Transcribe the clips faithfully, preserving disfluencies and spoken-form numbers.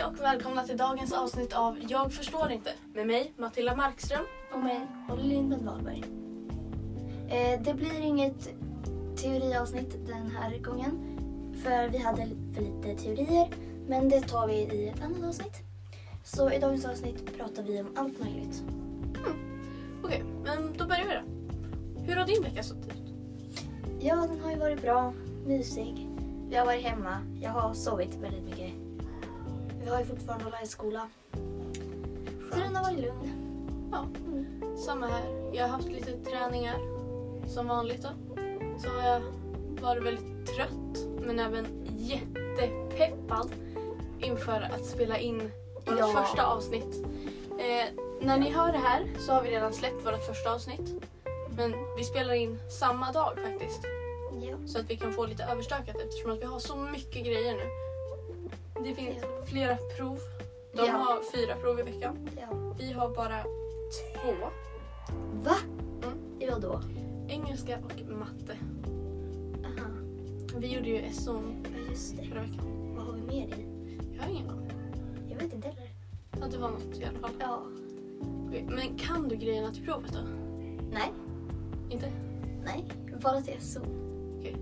och välkomna till dagens avsnitt av Jag förstår inte med mig, Matilda Markström. Och mig, Linda Wahlberg. Eh, det blir inget teoriavsnitt den här gången. För vi hade för lite teorier. Men det tar vi i ett annat avsnitt. Så i dagens avsnitt pratar vi om allt möjligt. Mm. Okej, okay, men då börjar vi då. Hur har din vecka sett ut? Ja, den har ju varit bra, mysig. Vi har varit hemma. Jag har sovit väldigt mycket. Vi har ju fortfarande online-skola. Så den har varit lugn. Ja, mm. Samma här. Jag har haft lite träningar. Som vanligt då. Så har jag varit väldigt trött. Men även jättepeppad. Inför att spela in vårt ja. första avsnitt. Eh, när ni hör det här så har vi redan släppt vårt första avsnitt. Men vi spelar in samma dag faktiskt. Ja. Så att vi kan få lite överstökat eftersom att vi har så mycket grejer nu. Det finns ja. flera prov. De ja. har fyra prov i veckan. Ja. Vi har bara två. Va? Mm. I vad då? Engelska och matte. Aha. Vi gjorde ju S O N ja, just det. förra veckan. Vad har vi mer i? Jag har ingen aning. Jag vet inte heller. Ja, det var något i alla fall. Ja. Okej, men kan du grejerna till provet då? Nej. Inte? Nej, bara till S O. Okej.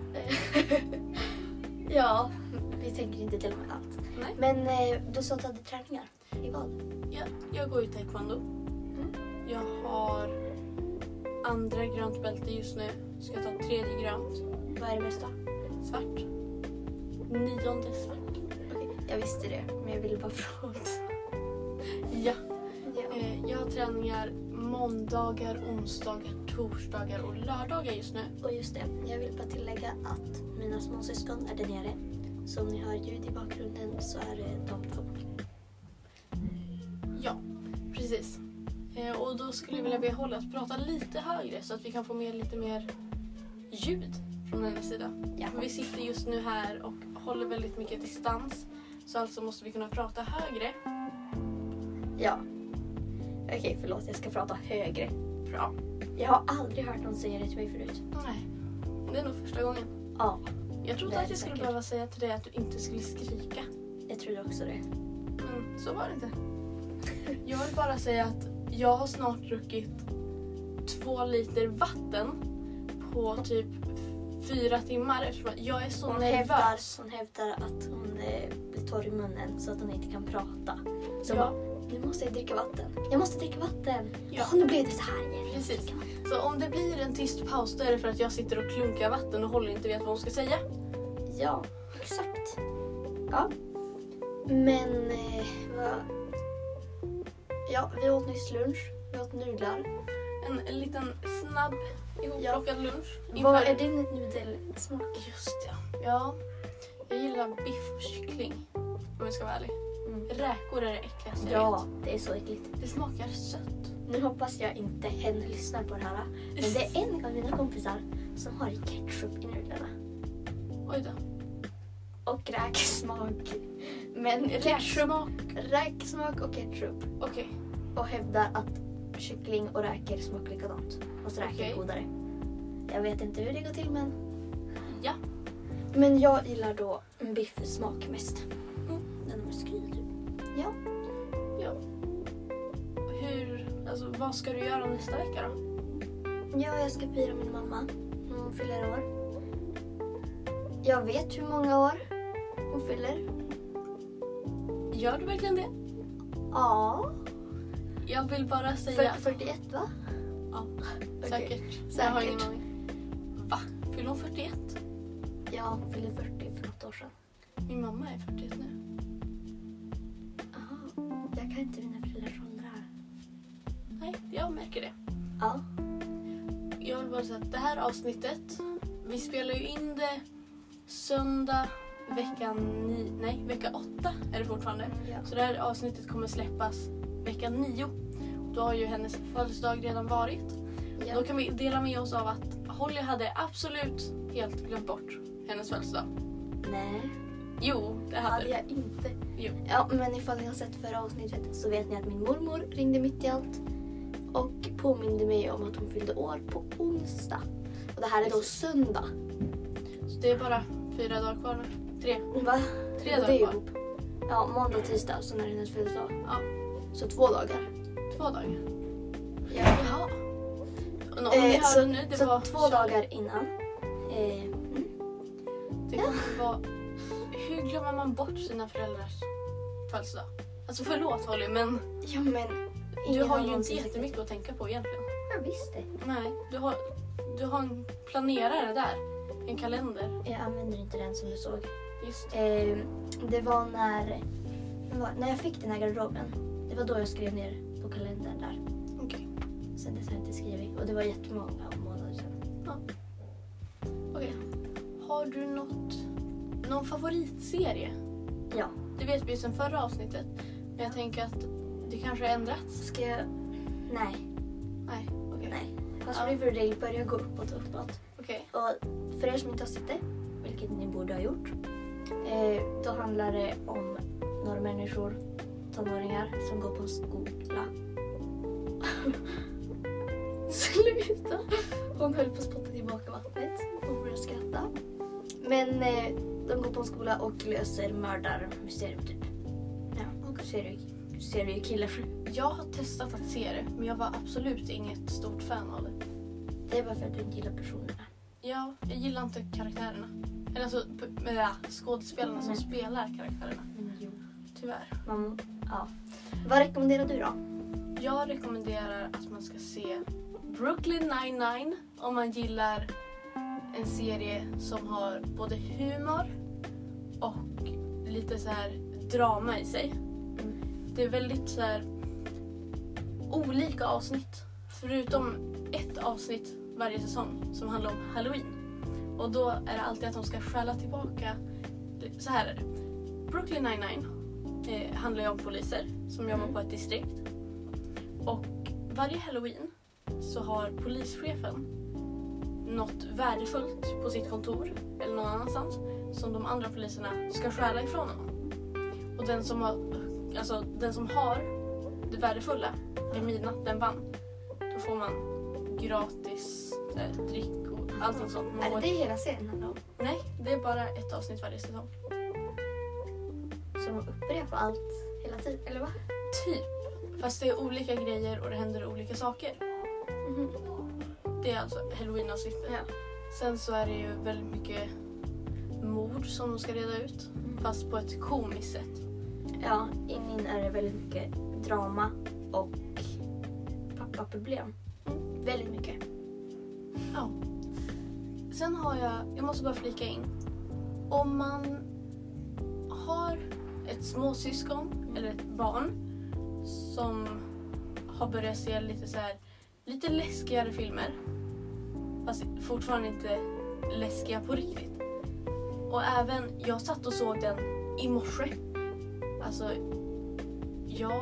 Ja, vi tänker inte till och med allt. Nej. Men eh, du sa att du hade träningar. I vad? Ja, jag går ju taekwondo. Mm. Jag har andra grönt bälte just nu. Ska jag ta tredje grönt. Vad är det bästa? Svart. Nionde svart. Okej, jag visste det. Men jag ville bara fråga. Ja. ja. Eh, jag har träningar måndagar, onsdagar, torsdagar och lördagar just nu. Och just det, jag vill bara tillägga att mina småsyskon är där nere. Så om ni hör ljud i bakgrunden så är det de två. Ja, precis. Eh, och då skulle jag vilja be Holly att prata lite högre så att vi kan få med lite mer ljud från hennes sida. Ja. Vi sitter just nu här och håller väldigt mycket distans. Så alltså måste vi kunna prata högre. Ja. Okej, okay, förlåt. Jag ska prata högre. Bra. Jag har aldrig hört någon säga det till mig förut. Nej, det är nog första gången. Ja. Jag trodde att jag skulle behöva säga till dig att du inte skulle skrika. Jag trodde också det. Men så var det inte. Jag vill bara säga att jag har snart druckit två liter vatten på typ fyra timmar. Eftersom jag är så hon nervös. Hävdar, hon hävdar att hon eh, blir torr i munnen så att hon inte kan prata. Så ja. bara, nu måste jag dricka vatten. Jag måste dricka vatten. Ja, nu blir det så här igen. Precis. Så om det blir en tyst paus då är det för att jag sitter och klunkar vatten och Holly inte vet vad hon ska säga. Ja, exakt. Ja. Men, eh, vad... Ja, vi åt nyss lunch. Vi åt nudlar. En, en liten snabb ihopplockad ja. lunch. Inför... Vad är din nudelsmak? Just ja. Ja, jag gillar biff och kyckling. Om jag ska vara ärlig. Mm. Räkor är det äckligaste jag Ja, vet. det är så äckligt. Det smakar sött. Nu hoppas jag inte hen lyssnar på det här. Men det är en av mina kompisar som har ketchup i nudlarna. Oj då. Och räksmak. Men räksmak. Räksmak och ketchup. Okej. Okay. Och hävdar att kyckling och räkor smakar likadant. Fast räkor okay. är godare. Jag vet inte hur det går till men... Ja. Men jag gillar då en biffsmak mest. Mm. Den har skrivit. Ja. Ja. Hur, alltså vad ska du göra nästa vecka då? Ja, jag ska fira min mamma. Hon fyller år. Jag vet hur många år hon fyller. Gör du verkligen det? Ja. Jag vill bara säga... fyrtioett va? Ja, okay. säkert. Säkert. Jag har ingen aning. Va? Fyller hon fyrtioett? Ja, hon fyllde fyrtio för något år sedan. Min mamma är fyrtioett nu. Jaha, jag kan inte mina föräldrars åldrar. Nej, jag märker det. Ja. Jag vill bara säga att det här avsnittet, vi spelar ju in det söndag veckan ni, nej, vecka åtta är det fortfarande. Ja. Så det här avsnittet kommer släppas vecka nio. Då har ju hennes födelsedag redan varit. Ja. Då kan vi dela med oss av att Holly hade absolut helt glömt bort hennes födelsedag. Nej. Jo, det hade, hade jag inte. Jo. Ja, men ifall ni har sett förra avsnittet så vet ni att min mormor ringde mitt i allt och påminde mig om att hon fyllde år på onsdag. Och det här är då söndag. Så det är bara fyra dagar kvar nu. Tre. Va? Tre dagar kvar. Ihop. Ja, måndag och tisdag, så när det är hennes födelsedag. Ja. Så två dagar. Två dagar? Ja. Jaha. Och om ni Eh, hörde så nu, det så var två Charlie. dagar innan. Eh, mm. Det kommer vara... Hur glömmer man bort sina föräldrars födelsedag? Alltså förlåt Holly, men Ja, men... du ingen har ju inte någonsin sagt jättemycket att tänka på egentligen. det. Jag visste. Nej, du har, du har en planerare där. En kalender. Jag använder inte den som du såg. Just. Eh, det var när, det var när jag fick den här garderoben. Det var då jag skrev ner på kalendern där. Okej. Sen dess har jag inte skrivit. Och det var jättemånga månader sedan. Okej. Har du något, någon favoritserie? Ja. Det vet vi sedan förra avsnittet. Men jag tänker att det kanske har ändrats. Ska jag... Nej. Nej, okej. Nej. Fast Ja. Riverdale börjar gå uppåt och uppåt. Okej. Och för er som inte har sett det, vilket ni borde ha gjort, eh, då handlar det om några människor, tonåringar, som går på en skola. Sluta! Hon höll på att spotta tillbaka vattnet och började skratta. Men eh, de går på en skola och löser mördarmysterium typ. Ja, och serie, serie killar. Jag har testat att se det, men jag var absolut inget stort fan av det. Det är bara för att du inte gillar personerna. Ja, jag gillar inte karaktärerna. Eller alltså p- äh, skådespelarna som Nej. spelar karaktärerna. Men jo. Tyvärr. Man, ja. Vad rekommenderar du då? Jag rekommenderar att man ska se Brooklyn Nine-Nine om man gillar en serie som har både humor och lite så här drama i sig. Det är väldigt så här olika avsnitt. Förutom ett avsnitt varje säsong som handlar om Halloween. Och då är det alltid att de ska stjäla tillbaka. Så här är det. Brooklyn Nine-Nine eh, handlar ju om poliser som jobbar på ett distrikt. Och varje Halloween så har polischefen något värdefullt på sitt kontor eller någon annanstans som de andra poliserna ska stjäla ifrån honom. Och den som har, alltså den som har det värdefulla vid midnatt, den vann. Då får man gratis äh, drick och allting sånt. Man Är får det det hela serien handlar om? Nej, det är bara ett avsnitt varje säsong. Så de upprepar allt hela tiden, eller va? Typ. Fast det är olika grejer och det händer olika saker. Mhm. Det är alltså Halloween-avsnittet. Ja. Sen så är det ju väldigt mycket mord som de ska reda ut. Fast på ett komiskt sätt. Ja, i min är det väldigt mycket drama och pappaproblem. Väldigt mycket. Ja. Sen har jag, jag måste bara flika in. Om man har ett småsyskon eller ett barn som har börjat se lite så här, lite läskigare filmer. Fast fortfarande inte läskiga på riktigt. Och även, jag satt och såg den i morse. Alltså, jag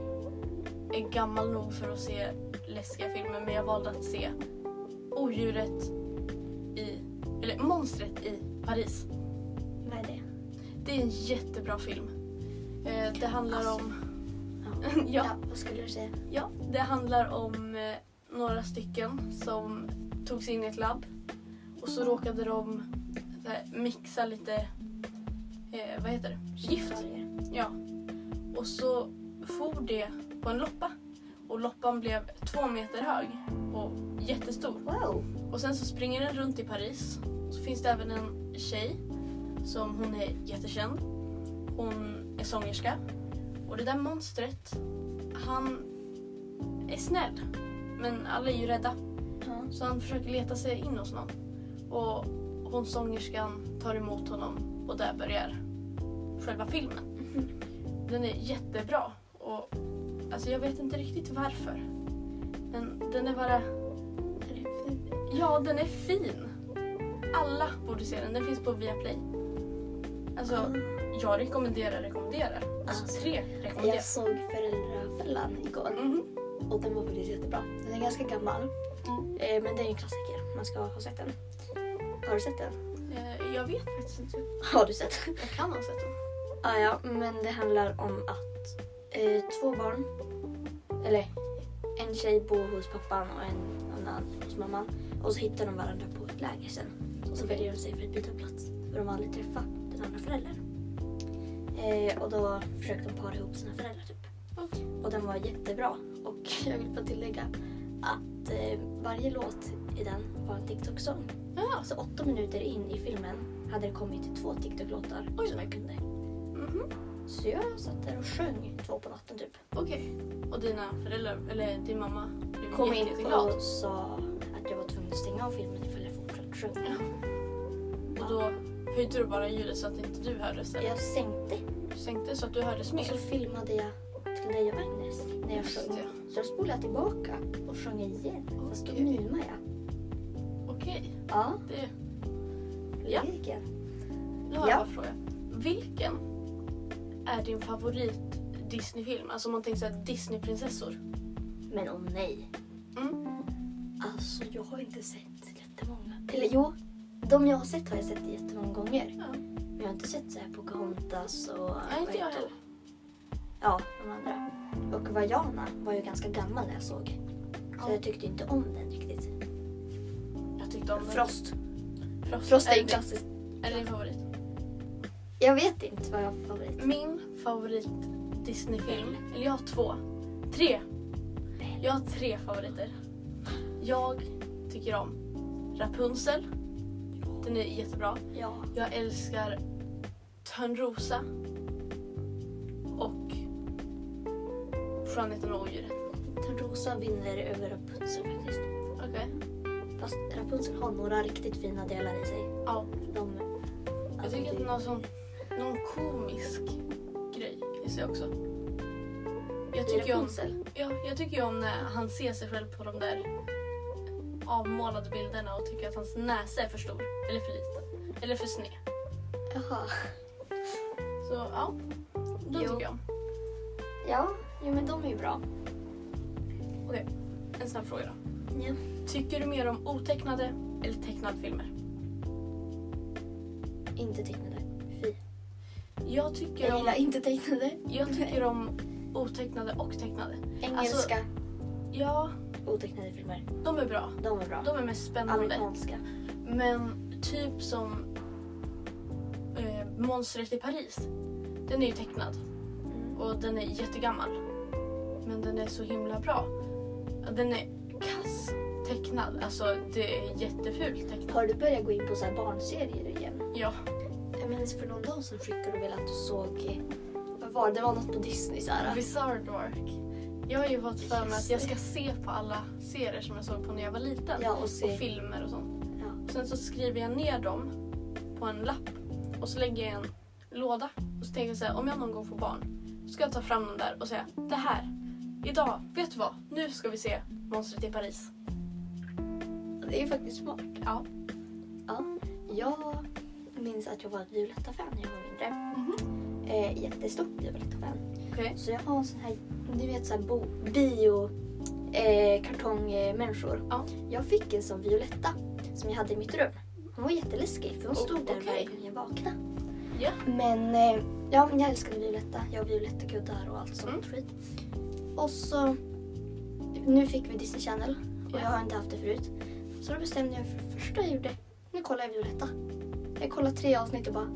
är gammal nog för att se läskiga filmer, men jag valde att se odjuret i, eller monstret i Paris. Vad är det? Det är en jättebra film. Eh, det handlar om... Ja. ja, Ja, vad skulle du säga? ja, det handlar om eh, några stycken som tog sig in i ett labb. Och så råkade de så här, mixa lite, eh, vad heter det? Gift. Ja. Och så for det på en loppa. Och loppan blev två meter hög och jättestor. Wow. Och sen så springer den runt i Paris. Så finns det även en tjej som hon är jättekänd. Hon är sångerska. Och det där monstret, han är snäll. Men alla är ju rädda. Ja. Så han försöker leta sig in hos någon. Och hon sångerskan tar emot honom. Och där börjar själva filmen. Mhm. Den är jättebra. Och alltså jag vet inte riktigt varför. Men den är bara... Är det fint? Ja, den är fin. Alla borde se den. Den finns på Viaplay. Alltså, Mm. jag rekommenderar, rekommenderar. Alltså Alltså, tre rekommenderar. Jag såg Föräldrafällan igår Mhm. och den var faktiskt jättebra. Den är ganska gammal, Mm. eh, men det är en klassiker. Man ska ha sett den. Har du sett den? Eh, jag vet faktiskt inte. Har du sett den? Jag kan ha sett den. Ah, ja, men det handlar om att eh, två barn, eller en tjej bor hos pappan och en annan hos mamman. Och så hittar de varandra på ett läger sen. Och så väljer de sig för att byta plats. För de har aldrig träffat den andra föräldern. Eh, och då försökte de para ihop sina föräldrar typ. Okay. Och den var jättebra. Och jag vill bara tillägga att eh, varje låt i den var en TikTok-sång. Ja. Så åtta minuter in i filmen hade det kommit två TikTok-låtar Oj. som jag kunde. Mhm. Så jag satt där och sjöng två på natten typ. Okej. Och dina föräldrar, eller din mamma, blev Kom jätte- in jätteglad. och sa att jag var tvungen att stänga av filmen ifall jag fortsatte sjunga. Ja. Och då höjde du bara ljudet så att inte du hördes. Eller? Jag sänkte Du sänkte så att du hördes och mer. så filmade jag till dig och Agnes när jag Just sjöng. det. Så jag spolade tillbaka och sjöng igen. Fast då Okej. mimade jag. Okej. Ja, Det... Ja. vilken? Nu har Ja. jag bara en fråga. Vilken är din favorit Disney-film? Alltså om man tänker såhär Disney-prinsessor. Men åh nej. Mm. Alltså jag har inte sett jättemånga. Eller jo, de jag har sett har jag sett jättemånga gånger. Ja. Men jag har inte sett så här Pocahontas och... Nej, inte jag vad heter heller. de? Ja, de andra. Och Vajana var ju ganska gammal när jag såg. Så Ja. jag tyckte inte om den riktigt. Jag tyckte om den. Frost. Frost. Frost är är en din- klassisk. Är det din favorit? Jag vet inte vad jag har för favorit. Min favorit Disney-film, eller jag har två. Tre. Jag har tre favoriter. Jag tycker om Rapunzel. Den är jättebra. Ja. Jag älskar Törnrosa. Och Skönheten och odjuret. Törnrosa vinner över Rapunzel faktiskt. Okej. Fast Rapunzel har några riktigt fina delar i sig. Ja. De, Jag tycker att det- den har sån, någon komisk grej i sig också. Jag I tycker ju om, Rapunzel. ja, jag tycker ju om när han ser sig själv på de där avmålade bilderna och tycker att hans näsa är för stor. Eller för liten. Eller för sned. Jaha. Så ja, de Jo. tycker jag om. Ja, jo, men de är ju bra. Okej, en snabb fråga då. Ja. Tycker du mer om otecknade eller tecknade filmer? Inte tecknade. Fy. Jag tycker Jag om, gillar inte tecknade. jag tycker om otecknade och tecknade. Engelska Ja, otecknade filmer. de är bra. De är bra. De är mest spännande. Amerikanska. Men typ som eh, Monstret i Paris. Den är ju tecknad. Mm. Och den är jättegammal. Men den är så himla bra. Den är kass tecknad. Alltså det är jättefult tecknad. Har du börjat gå in på så här barnserier igen? Ja. Jag minns för någon dag som skickade du väl att du såg... eh, Vad var det? Det var något på Disney så här. Wizard Work. Jag har ju fått för mig att jag ska se på alla serier som jag såg på när jag var liten. Ja, och Och se... filmer och sånt. Ja. Och sen så skriver jag ner dem på en lapp. Och så lägger jag i en låda. Och så tänker jag så här, om jag någon gång får barn. Så ska jag ta fram dem där och säga, det här. Idag, vet du vad? Nu ska vi se Monstret i Paris. Det är ju faktiskt smart. Ja. Ja. Jag minns att jag var ett Violetta-fan när jag var mindre. Mhm. Eh, jättestort Violetta-fan. Okej. Så jag har en sån här, du vet så här bo, bio eh, kartongmänniskor. Ja. Jag fick en sån Violetta som jag hade i mitt rum. Hon var jätteläskig för hon Oh, stod där okej. varje gång jag vaknade. Ja. Men eh, ja, men jag älskade Violetta. Jag har Violetta-kuddar och allt sånt Mm. skit. Och så, nu fick vi Disney Channel och Ja. jag har inte haft det förut. Så då bestämde jag för det första jag gjorde, nu kollar jag Violetta. Jag kollade tre avsnitt och bara,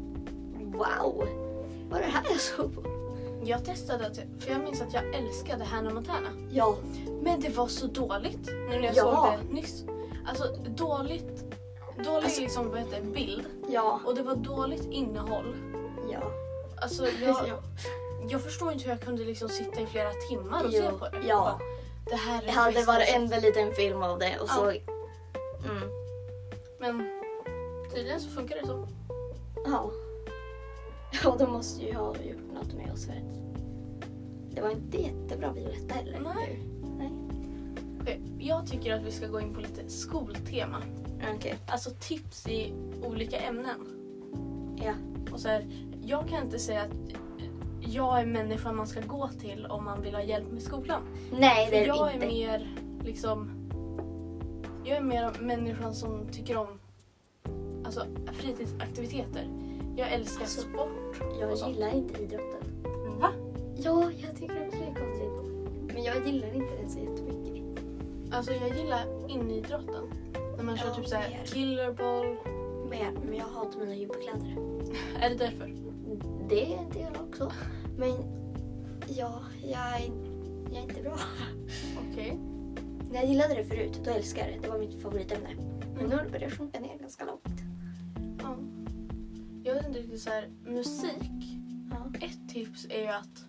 wow, vad är det här jag såg på? Jag testade, att, för jag minns att jag älskade Hannah Montana. Ja, Men det var så dåligt nu när jag Ja. såg det nyss. Alltså dåligt, dålig Alltså- liksom, vad heter det, bild. ja, Och det var dåligt innehåll. ja. Alltså jag, ja. jag förstår inte hur jag kunde liksom sitta i flera timmar och Jo, se på det. ja. Bara, det här är Jag hade bästa varenda liten film av det och så... Ja. Mm, Men tydligen så funkar det så. ja. Ja, de måste ju ha gjort något med oss för att... Det var inte jättebra Violetta heller. Nej. Nej. Okej, jag tycker att vi ska gå in på lite skoltema. Okej. Alltså tips i olika ämnen. Ja. Och så här, jag kan inte säga att jag är människan man ska gå till om man vill ha hjälp med skolan. Nej, För det är jag det inte. är mer liksom... Jag är mer människan som tycker om alltså, fritidsaktiviteter. Jag älskar Alltså, sport Jag och sånt. gillar inte idrotten. Va? Ja, jag tycker också det är konstigt. Men jag gillar inte den så jättemycket. Alltså jag gillar inidrotten. När man kör Ja, typ såhär mer. killerboll. Men, men jag hatar mina gympakläder. Är det därför? det är en del också. Men ja, jag är, jag är inte bra. Okej. Okay. När jag gillade det förut, då älskade jag det. Det var mitt favoritämne. Men nu börjar det sjunka ner ganska långt. Ja. Jag vet inte riktigt så här, musik. Ja. Ett tips är ju att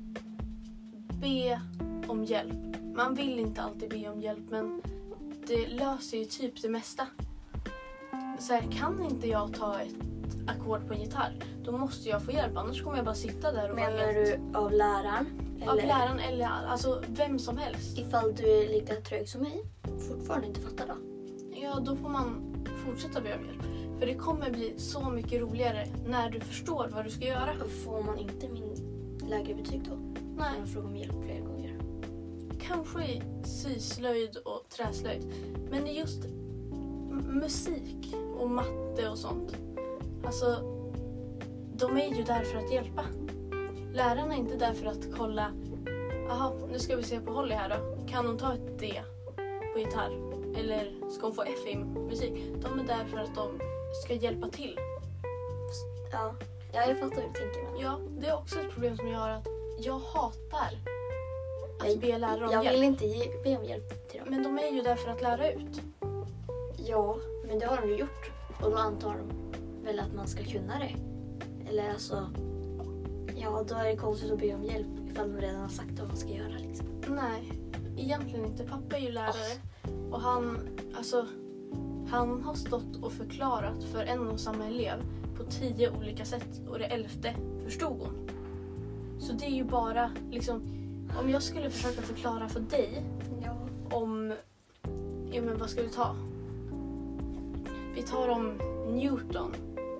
be om hjälp. Man vill inte alltid be om hjälp, men det löser ju typ det mesta. Så här, kan inte jag ta ett ackord på en gitarr, då måste jag få hjälp. Annars kommer jag bara sitta där och Menar vara helt... du av läraren? Av läraren eller alltså vem som helst. Ifall du är lika trög som mig, fortfarande inte fattar då? Ja, då får man fortsätta be om hjälp. För det kommer bli så mycket roligare när du förstår vad du ska göra. Får man inte min lägre betyg då? Nej. Jag frågar om hjälp flera gånger. Kanske i syslöjd och träslöjd. Men i just m- musik och matte och sånt. Alltså, de är ju där för att hjälpa. Lärarna är inte där för att kolla. Jaha, nu ska vi se på Holly här då. Kan hon ta ett D på gitarr? Eller ska hon få F i musik? De är där för att de ska hjälpa till. Ja, ja jag fattar hur du tänker. Men... Ja, det är också ett problem som jag har, att jag hatar att jag, be lärare om jag hjälp. Jag vill inte ge, be om hjälp till dem. Men de är ju där för att lära ut. Ja, men det har de ju gjort. Och då antar de väl att man ska kunna det. Eller alltså... Ja, då är det konstigt att be om hjälp ifall de redan har sagt vad man ska göra. Liksom. Nej, egentligen inte. Pappa är ju lärare. Oh. Och han, alltså, han har stått och förklarat för en och samma elev på tio olika sätt. Och det elfte förstod hon. Så det är ju bara, liksom, om jag skulle försöka förklara för dig ja. om, ja men vad ska vi ta? Vi tar om Newton.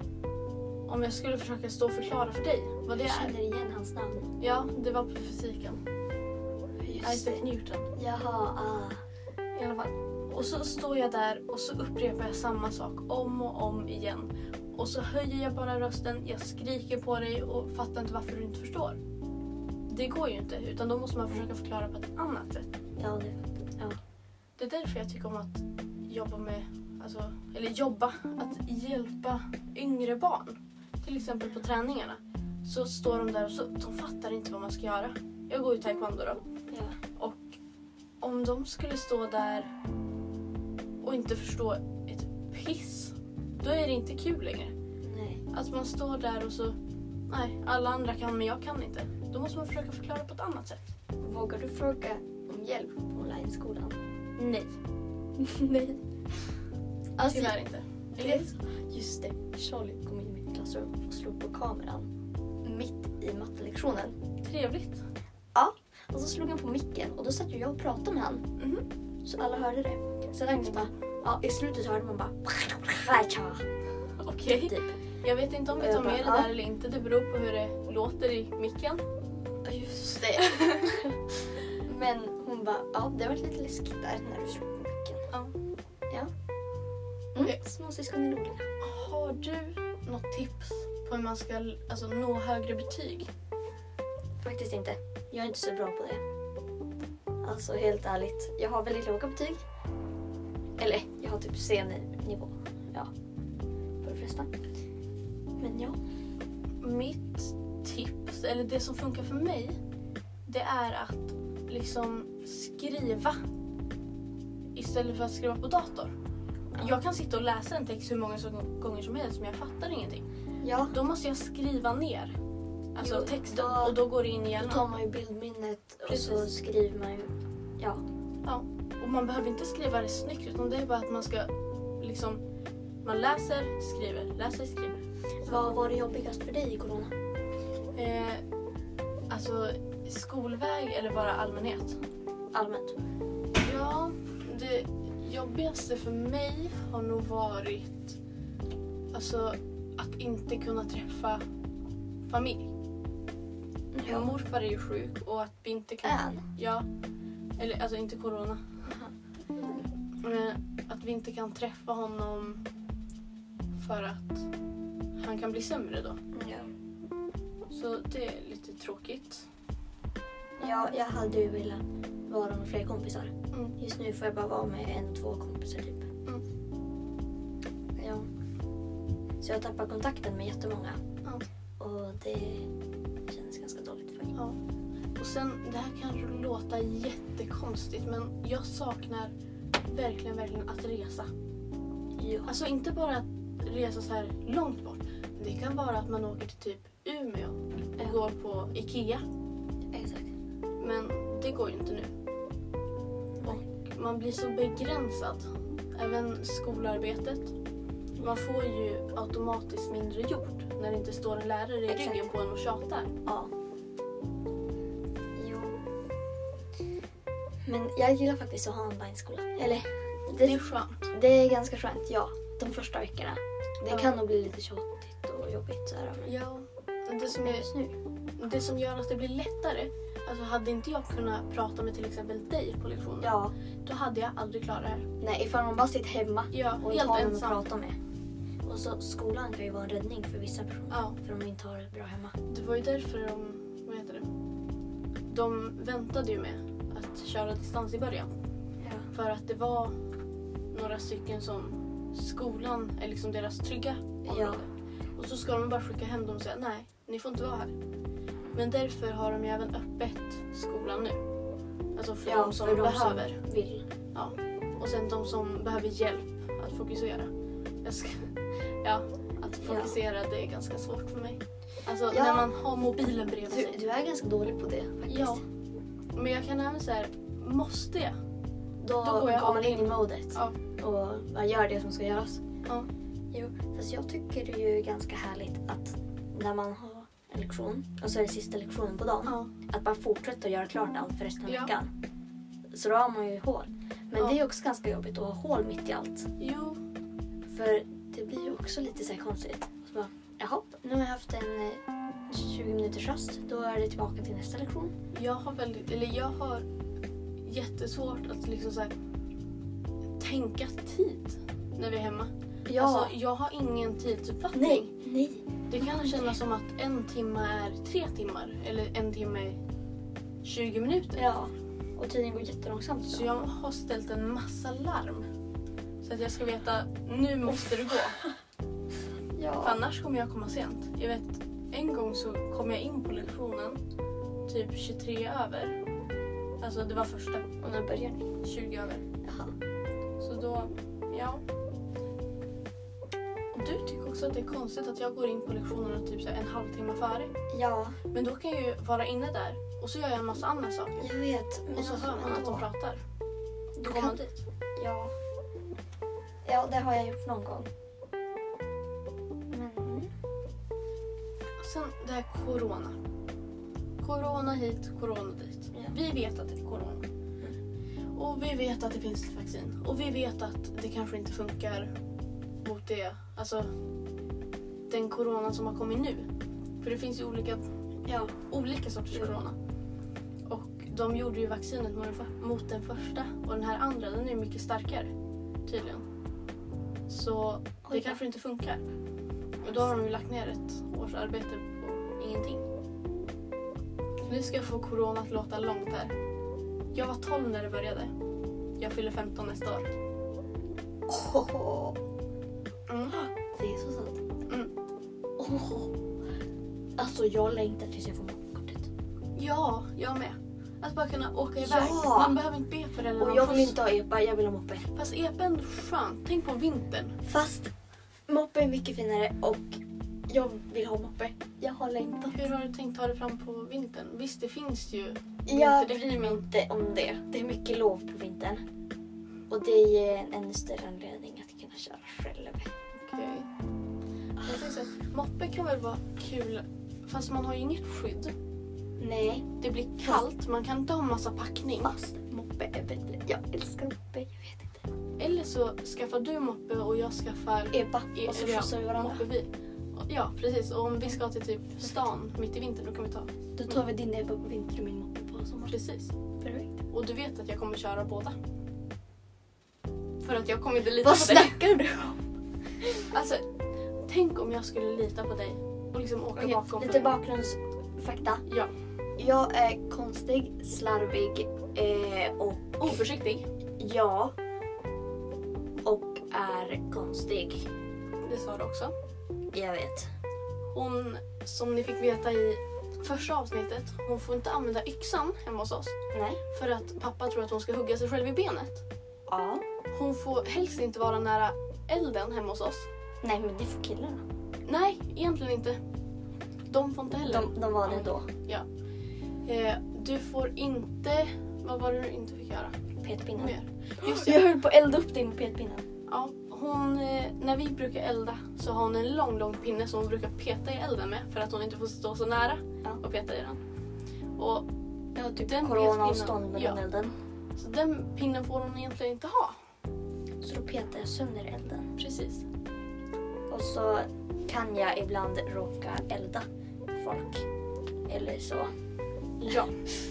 Om jag skulle försöka stå och förklara för dig vad det jag är. Jag känner igen hans namn. Ja, det var på fysiken. Just Isaac det. Newton. Jaha, ah. I alla fall. Och så står jag där och så upprepar jag samma sak om och om igen. Och så höjer jag bara rösten, jag skriker på dig och fattar inte varför du inte förstår. Det går ju inte, utan då måste man försöka förklara på ett annat sätt. Ja, det, ja. Det är därför jag tycker om att jobba med, alltså, eller jobba, att hjälpa yngre barn. Till exempel på träningarna. Så står de där och så, de fattar inte vad man ska göra. Jag går ju taekwondo då. Ja. Och om de skulle stå där och inte förstå ett piss, då är det inte kul längre. Nej. Att man står där och så, nej, alla andra kan men jag kan inte. Då måste man försöka förklara på ett annat sätt. Vågar du fråga om hjälp på online-skolan? Nej. Nej. Alltså, Tyvärr inte. Eller? Just det, Charlie kom in i mitt klassrum och slog på kameran mitt i mattelektionen. Trevligt. Ja, och så slog han på micken och då satt ju jag och pratade med han. Mm-hmm. Så alla hörde det. Sen tänkte jag bara, ja, i slutet hörde man bara okej. Okay. Typ. Jag vet inte om vi tar med det där eller inte. Det beror på hur det låter i micken. Ja, just det. Men hon bara, ja, det var lite läskigt där när du slog på micken. Ja. Ja. Mm. Okay. Småsyskon är roliga. Har du något tips på hur man ska alltså, nå högre betyg? Faktiskt inte. Jag är inte så bra på det. Alltså helt ärligt. Jag har väldigt låga betyg. Eller jag har typ C-nivå. Ja. På de flesta. Men ja. Mitt tips, eller det som funkar för mig, det är att liksom skriva istället för att skriva på dator. Jag kan sitta och läsa en text hur många gånger som helst, men jag fattar ingenting. Ja. Då måste jag skriva ner alltså Jo, texten då, och då går det in igen. Då tar man ju bildminnet. Precis. Och så skriver man ju. Ja. Ja. Och man behöver inte skriva det snyggt, utan det är bara att man ska liksom, man läser, skriver, läser, skriver. Vad var det jobbigast för dig i corona? Eh, alltså skolväg eller bara allmänhet? Allmänt. Ja, det jobbigaste för mig har nog varit alltså att inte kunna träffa familj. Ja. Morfar är ju sjuk och att vi inte kan... Än? Ja, eller alltså inte corona. Men att vi inte kan träffa honom för att han kan bli sämre då. Ja. Så det är lite tråkigt. Ja, jag hade ju velat vara med fler kompisar. Mm. Just nu får jag bara vara med en, två kompisar typ. Mm. Ja. Så jag tappar kontakten med jättemånga. Ja. Och det känns ganska dåligt för mig. Ja. Och sen, det här kan låta jättekonstigt, men jag saknar verkligen, verkligen att resa. Ja. Alltså inte bara att resa så här långt bort. Det kan vara att man åker till typ Umeå och Ja. går på Ikea. Exakt. Men det går ju inte nu. Och man blir så begränsad. Även skolarbetet. Man får ju automatiskt mindre gjort när det inte står en lärare i Exakt. ryggen på en och tjatar. Ja. Jo. Men jag gillar faktiskt att ha online-skola. Eller, Det är det, skönt. det är ganska skönt, ja. De första veckorna. Det Ja. kan nog bli lite tjatigt och jobbigt så här. Men Ja, det som, är, just nu. det som gör att det blir lättare. Alltså hade inte jag kunnat prata med till exempel dig på lektionen. Ja. Då hade jag aldrig klarat det här. Nej, ifall man bara sitter hemma Ja, och inte helt har någon att ensam. prata med. Och så skolan kan ju vara en räddning för vissa personer. Ja. För de inte har det bra hemma. Det var ju därför de, vad heter det? De väntade ju med att köra distans i början. Ja. För att det var några stycken som skolan är liksom deras trygga område. Ja. Och så ska de bara skicka hem dem och säga nej, ni får inte vara här. Men därför har de ju även öppet skolan nu. Alltså för de som för de behöver. som vill. Ja. Och sen de som behöver hjälp att fokusera. Jag ska, ja, att fokusera det är ganska svårt för mig. Alltså Ja. när man har mobilen bredvid Du, sig. du är ganska dålig på det faktiskt. Ja. Men jag kan även säga, måste jag? Då, Då går jag går man all in i in. modet Ja. och bara gör det som ska göras. Ja. Jo, fast jag tycker det är ju ganska härligt att när man har en lektion och så är det sista lektionen på dagen, Ja. att bara fortsätta att göra klart allt för resten av Ja. veckan. Så då har man ju hål. Men Ja. det är också ganska jobbigt att ha hål mitt i allt. Jo. För det blir ju också lite så här konstigt. Så bara, jaha, nu har jag haft en eh, tjugo minuters rast. Då är det tillbaka till nästa lektion. Jag har väldigt, eller jag har jättesvårt att liksom så här, tänka tid när vi är hemma. Ja, Alltså jag har ingen tidsuppfattning. nej, nej. Det kan kännas som att en timme är tre timmar eller en timme är tjugo minuter. Ja, och tiden går jättelångsamt. Så jag har ställt en massa larm. Så att jag ska veta, nu måste du gå. För Ja. annars kommer jag komma sent. Jag vet, en gång så kom jag in på lektionen typ tjugotre över. Alltså det var första. Och när börjar ni? tjugo över. Jaha. Så då, ja. Du tycker också att det är konstigt att jag går in på lektionerna typ så här en halvtimme före. Ja, Men då kan jag ju vara inne där och så gör jag en massa andra saker. jag vet. Men Och så alltså, hör man att ändå. de pratar. Då Du kommer kan- man dit. Ja. Ja, det har jag gjort någon gång. Men... Sen det här corona. Corona hit, corona dit. Ja. Vi vet att det är corona. Och vi vet att det finns ett vaccin. Och vi vet att det kanske inte funkar mot det. Alltså den corona som har kommit nu. För det finns ju olika, Ja. olika sorters Ja. corona. Och de gjorde ju vaccinet mot den, för, mot den första. Och den här andra, den är mycket starkare. Tydligen. Så det Oj. kanske inte funkar. Och då har de ju lagt ner ett års arbete på ingenting. Nu ska jag få corona att låta långt här. Jag var tolv när det började. Jag fyller femton nästa år. Oh, Mm. det är så sant. Mm. Oh. Alltså, jag längtar tills jag får kortet. Ja, jag med. Att bara kunna åka iväg. Ja. Man behöver inte be föräldrarna. Och jag om vill skjuts. inte ha epa, jag vill ha moppe. Fast epa är ändå skönt. Tänk på vintern. Fast moppe är mycket finare och jag vill ha moppe. Jag har längtat. Hur har du tänkt ta dig fram på vintern? Visst, det finns ju Jag vinterdäck, bryr mig men- inte om det. Det är mycket lov på vintern. Och det ger en ännu större anledning att kunna köra själv. Okej. Jag tänkte så här, moppe kan väl vara kul. Fast man har ju inget skydd. Nej, Det blir kallt. Man kan inte ha massa packning. fast moppe är bättre. Jag älskar moppe, jag vet inte. Eller så skaffar du moppe och jag skaffar Epa, e- och så eller ja, skjutsar vi varandra. moppebil. Ja, precis. Och om vi ska till typ stan mitt i vintern, då kan vi ta. Då tar vi din epa på vinter och min moppe på sommar. Precis. Perfekt. Och du vet att jag kommer köra båda. För att jag kommer inte lita Vad på dig. snackar du om? Alltså, tänk om jag skulle lita på dig och liksom åka Okej, bakom. lite för- bakgrundsfakta. Ja. Jag är konstig, slarvig eh, och Oförsiktig. ja. Och är konstig. Det sa du också. Jag vet. Hon som ni fick veta i första avsnittet, hon får inte använda yxan hemma hos oss. Nej. För att pappa tror att hon ska hugga sig själv i benet. Ja. Hon får helst inte vara nära elden hemma hos oss. Nej, men det får killarna. Nej, egentligen inte. De får inte heller. De, de var det då. Ja. Eh, du får inte... Vad var det du inte fick göra? Petpinnen. Mer. Just det. Jag höll på att elda upp dig med petpinnen. Ja, hon, eh, när vi brukar elda så har hon en lång, lång pinne som hon brukar peta i elden med. För att hon inte får stå så nära Ja. och peta i den. Och Jag har typ den corona-avstånd med ja. den elden. Så den pinnen får hon egentligen inte ha. Så då petar jag sönder elden. Precis. Och så kan jag ibland råka elda folk. Eller så. Ja,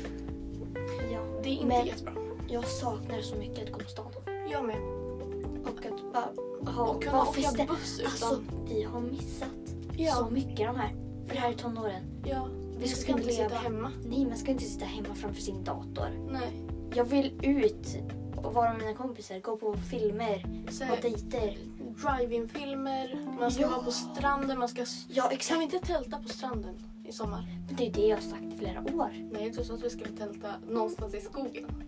Ja. det är inte Men jättebra. jag saknar så mycket att gå på stan. Jag med. Och att bara ha Och kunna vara åka fester. buss utan... Alltså, vi har missat Ja. så mycket de här. För det här är tonåren. ja, vi ska, ska inte leva. sitta hemma. Nej, man ska inte sitta hemma framför sin dator. Nej. Jag vill ut och vara med mina kompisar. Gå på filmer Så och dejter. drive-in-filmer, man ska Ja. vara på stranden, man ska... Ja, Kan exakt. vi inte tälta på stranden i sommar? Men det är det jag har sagt i flera år. Nej, du sa att vi skulle tälta någonstans i skogen.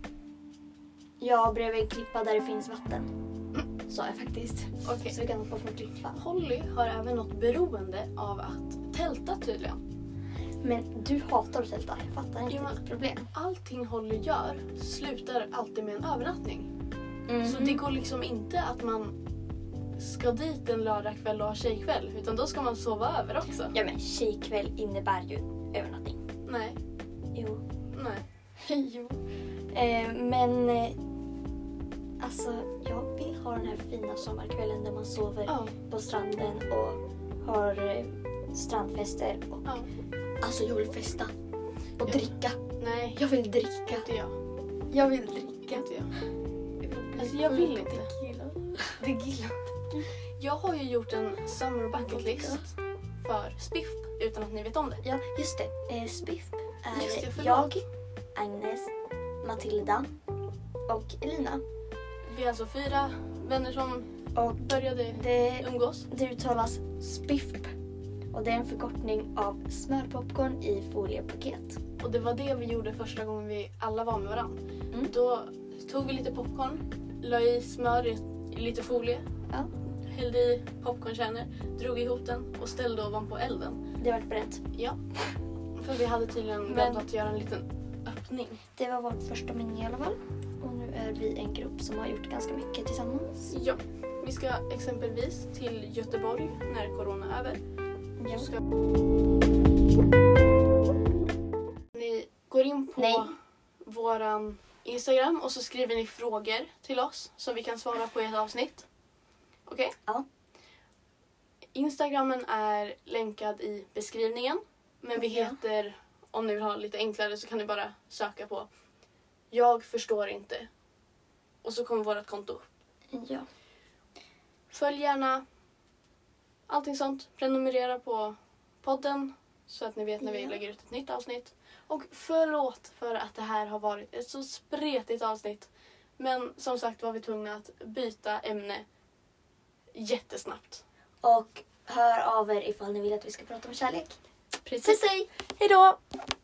Ja, bredvid en klippa där det finns vatten. Sa jag faktiskt. Okej. Så vi kan hoppa på en klippa. Holly har även något beroende av att tälta tydligen. Men du hatar att tälta. Jag fattar inte Jo, men- ditt problem. Allting Holly gör slutar alltid med en övernattning. Mhm. Så det går liksom inte att man ska dit en lördagkväll och ha tjejkväll. Utan då ska man sova över också. Ja, men tjejkväll innebär ju övernattning. Nej, Jo. nej. jo. Eh, men eh, alltså, jag vill ha den här fina sommarkvällen där man sover Ja, på stranden och har eh, strandfester. Och, ja. alltså, jag vill festa och Ja. dricka. Nej, Jag vill dricka. inte jag. Jag vill dricka. Inte jag. bli Alltså, jag vill full inte. tequila. Det gillar inte. Jag har ju gjort en summer bucket list för Spiff utan att ni vet om det. Ja, just det. Eh, Spiff är Just det, förlåt. jag, Agnes, Matilda och Elina. Vi är alltså fyra vänner som Och började det, umgås. det uttalas Spiff. Och det är en förkortning av smörpopcorn i foliepaket. Och det var det vi gjorde första gången vi alla var med varandra. Mm. Då tog vi lite popcorn, la i smör i i lite folie, Ja. hällde i popcornkärnor, drog ihop den och ställde ovanpå elden. Det har varit berett. Ja, för vi hade tydligen Men- glömt att göra en liten öppning. Det var vårt första minne i alla fall. Och nu är vi en grupp som har gjort ganska mycket tillsammans. Ja, vi ska exempelvis till Göteborg när corona är över. Ja. Så ska... Ni går in på Nej. våran Instagram och så skriver ni frågor till oss som vi kan svara på i ett avsnitt. Okej? Ja. Instagrammen är länkad i beskrivningen. Men vi Ja. heter, om ni vill ha lite enklare så kan ni bara söka på Jag förstår inte. Och så kommer vårt konto. Ja. Följ gärna allting sånt. Prenumerera på podden så att ni vet när vi Ja. lägger ut ett nytt avsnitt. Och förlåt för att det här har varit ett så spretigt avsnitt. Men som sagt var vi tvungna att byta ämne jättesnabbt. Och hör av er ifall ni vill att vi ska prata om kärlek. Precis. Puss, hej! Hej då!